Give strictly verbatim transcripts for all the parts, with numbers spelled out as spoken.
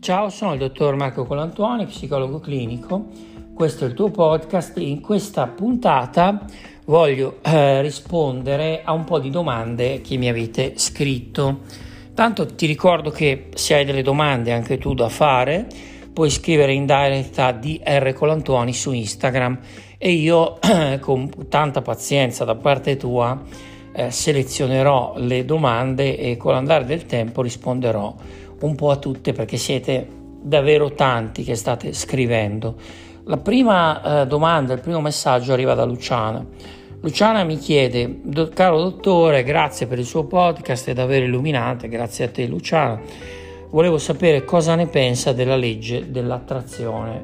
Ciao, sono il dottor Marco Colantuoni, psicologo clinico. Questo è il tuo podcast e in questa puntata voglio eh, rispondere a un po' di domande che mi avete scritto. Tanto ti ricordo che se hai delle domande anche tu da fare, puoi scrivere in direct a D R Colantuoni su Instagram e io eh, con tanta pazienza da parte tua eh, selezionerò le domande e con l'andare del tempo risponderò un po' a tutte, perché siete davvero tanti che state scrivendo. La prima eh, domanda, il primo messaggio arriva da Luciana. Luciana mi chiede: caro dottore, grazie per il suo podcast, è davvero illuminante. Grazie a te, Luciana. Volevo sapere cosa ne pensa della legge dell'attrazione.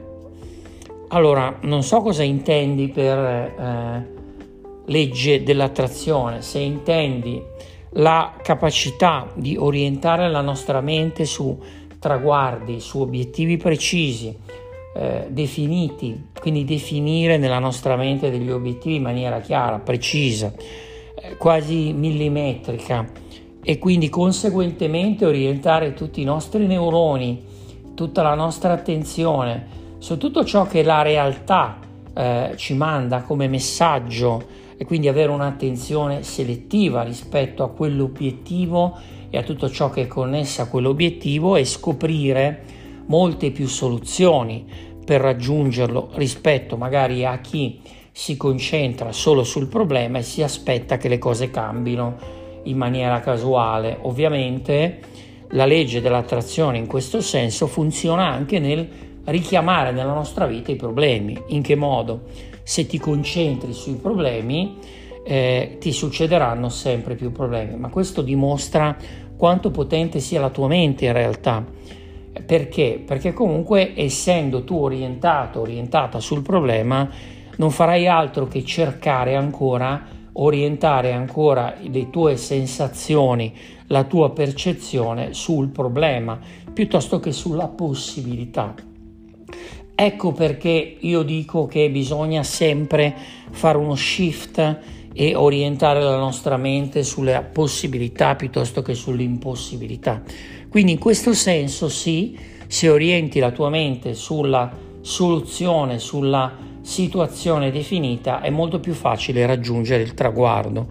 Allora, non so cosa intendi per eh, legge dell'attrazione, se intendi la capacità di orientare la nostra mente su traguardi, su obiettivi precisi, eh, definiti, quindi definire nella nostra mente degli obiettivi in maniera chiara, precisa, eh, quasi millimetrica, e quindi conseguentemente orientare tutti i nostri neuroni, tutta la nostra attenzione su tutto ciò che la realtà eh, ci manda come messaggio, e quindi avere un'attenzione selettiva rispetto a quell'obiettivo e a tutto ciò che è connesso a quell'obiettivo e scoprire molte più soluzioni per raggiungerlo rispetto magari a chi si concentra solo sul problema e si aspetta che le cose cambino in maniera casuale. Ovviamente la legge dell'attrazione in questo senso funziona anche nel richiamare nella nostra vita i problemi. In che modo? Se ti concentri sui problemi eh, ti succederanno sempre più problemi, ma questo dimostra quanto potente sia la tua mente in realtà. Perché? Perché comunque, essendo tu orientato, orientata sul problema, non farai altro che cercare ancora, orientare ancora le tue sensazioni, la tua percezione sul problema, piuttosto che sulla possibilità. Ecco perché io dico che bisogna sempre fare uno shift e orientare la nostra mente sulle possibilità piuttosto che sull'impossibilità. Quindi in questo senso sì, se orienti la tua mente sulla soluzione, sulla situazione definita, è molto più facile raggiungere il traguardo.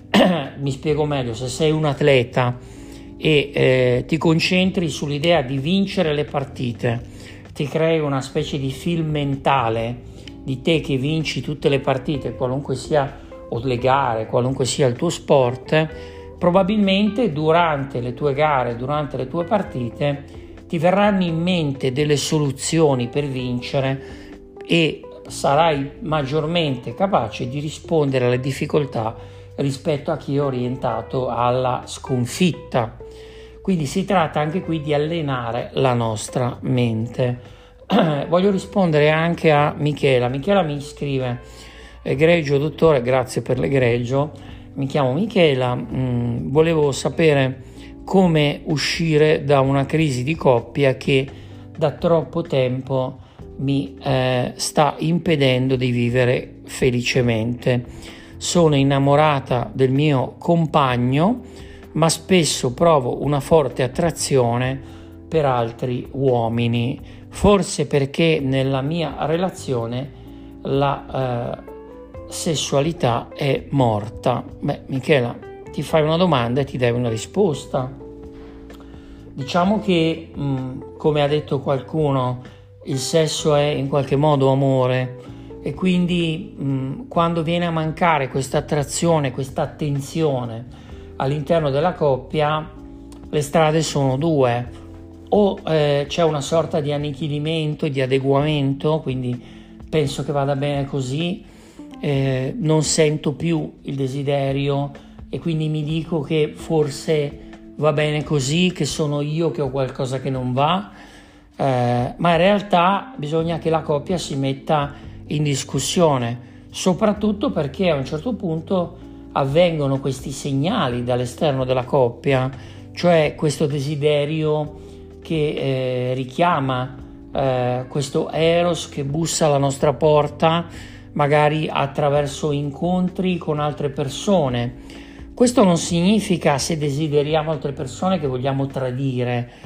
Mi spiego meglio: se sei un atleta e eh, ti concentri sull'idea di vincere le partite, ti crei una specie di film mentale di te che vinci tutte le partite, qualunque sia, o le gare, qualunque sia il tuo sport, probabilmente durante le tue gare, durante le tue partite, ti verranno in mente delle soluzioni per vincere e sarai maggiormente capace di rispondere alle difficoltà rispetto a chi è orientato alla sconfitta. Quindi si tratta anche qui di allenare la nostra mente. Voglio rispondere anche a Michela. Michela mi scrive: egregio dottore, grazie per l'egregio. Mi chiamo Michela, mh, volevo sapere come uscire da una crisi di coppia che da troppo tempo mi eh, sta impedendo di vivere felicemente. Sono innamorata del mio compagno, ma spesso provo una forte attrazione per altri uomini, forse perché nella mia relazione la eh, sessualità è morta. Beh, Michela, ti fai una domanda e ti dai una risposta. Diciamo che, mh, come ha detto qualcuno, il sesso è in qualche modo amore, e quindi mh, quando viene a mancare questa attrazione, questa attenzione all'interno della coppia, le strade sono due: o eh, c'è una sorta di annichilimento e di adeguamento, quindi penso che vada bene così, eh, non sento più il desiderio e quindi mi dico che forse va bene così, che sono io che ho qualcosa che non va, eh, ma in realtà bisogna che la coppia si metta in discussione, soprattutto perché a un certo punto avvengono questi segnali dall'esterno della coppia, cioè questo desiderio che eh, richiama eh, questo eros che bussa alla nostra porta, magari attraverso incontri con altre persone. Questo non significa, se desideriamo altre persone, che vogliamo tradire,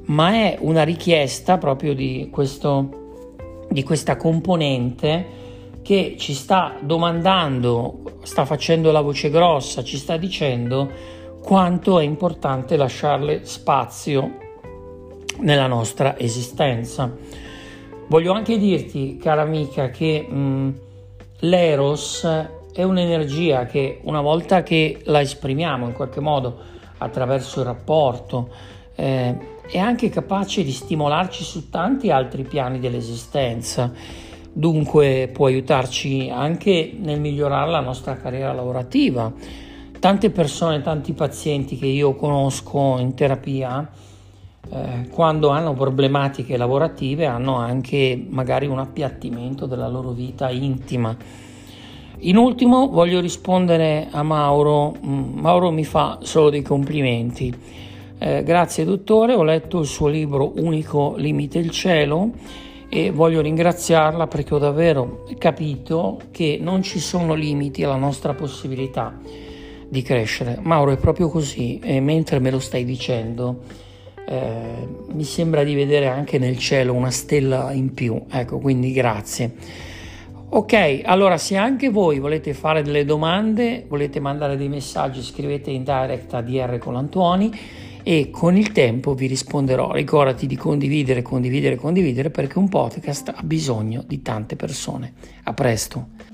ma è una richiesta proprio di, questo, di questa componente che ci sta domandando, sta facendo la voce grossa, ci sta dicendo quanto è importante lasciarle spazio nella nostra esistenza. Voglio anche dirti, cara amica, che mh, l'Eros è un'energia che una volta che la esprimiamo in qualche modo attraverso il rapporto eh, è anche capace di stimolarci su tanti altri piani dell'esistenza. Dunque può aiutarci anche nel migliorare la nostra carriera lavorativa. Tante persone, tanti pazienti che io conosco in terapia, eh, quando hanno problematiche lavorative, hanno anche magari un appiattimento della loro vita intima. In ultimo voglio rispondere a Mauro. Mauro mi fa solo dei complimenti. Eh, grazie dottore, ho letto il suo libro Unico limite il cielo e voglio ringraziarla perché ho davvero capito che non ci sono limiti alla nostra possibilità di crescere. Mauro, è proprio così, e mentre me lo stai dicendo eh, mi sembra di vedere anche nel cielo una stella in più, ecco, quindi grazie. Ok, allora se anche voi volete fare delle domande, volete mandare dei messaggi, scrivete in direct a D R Colantuoni e con il tempo vi risponderò. Ricordati di condividere, condividere, condividere, perché un podcast ha bisogno di tante persone. A presto.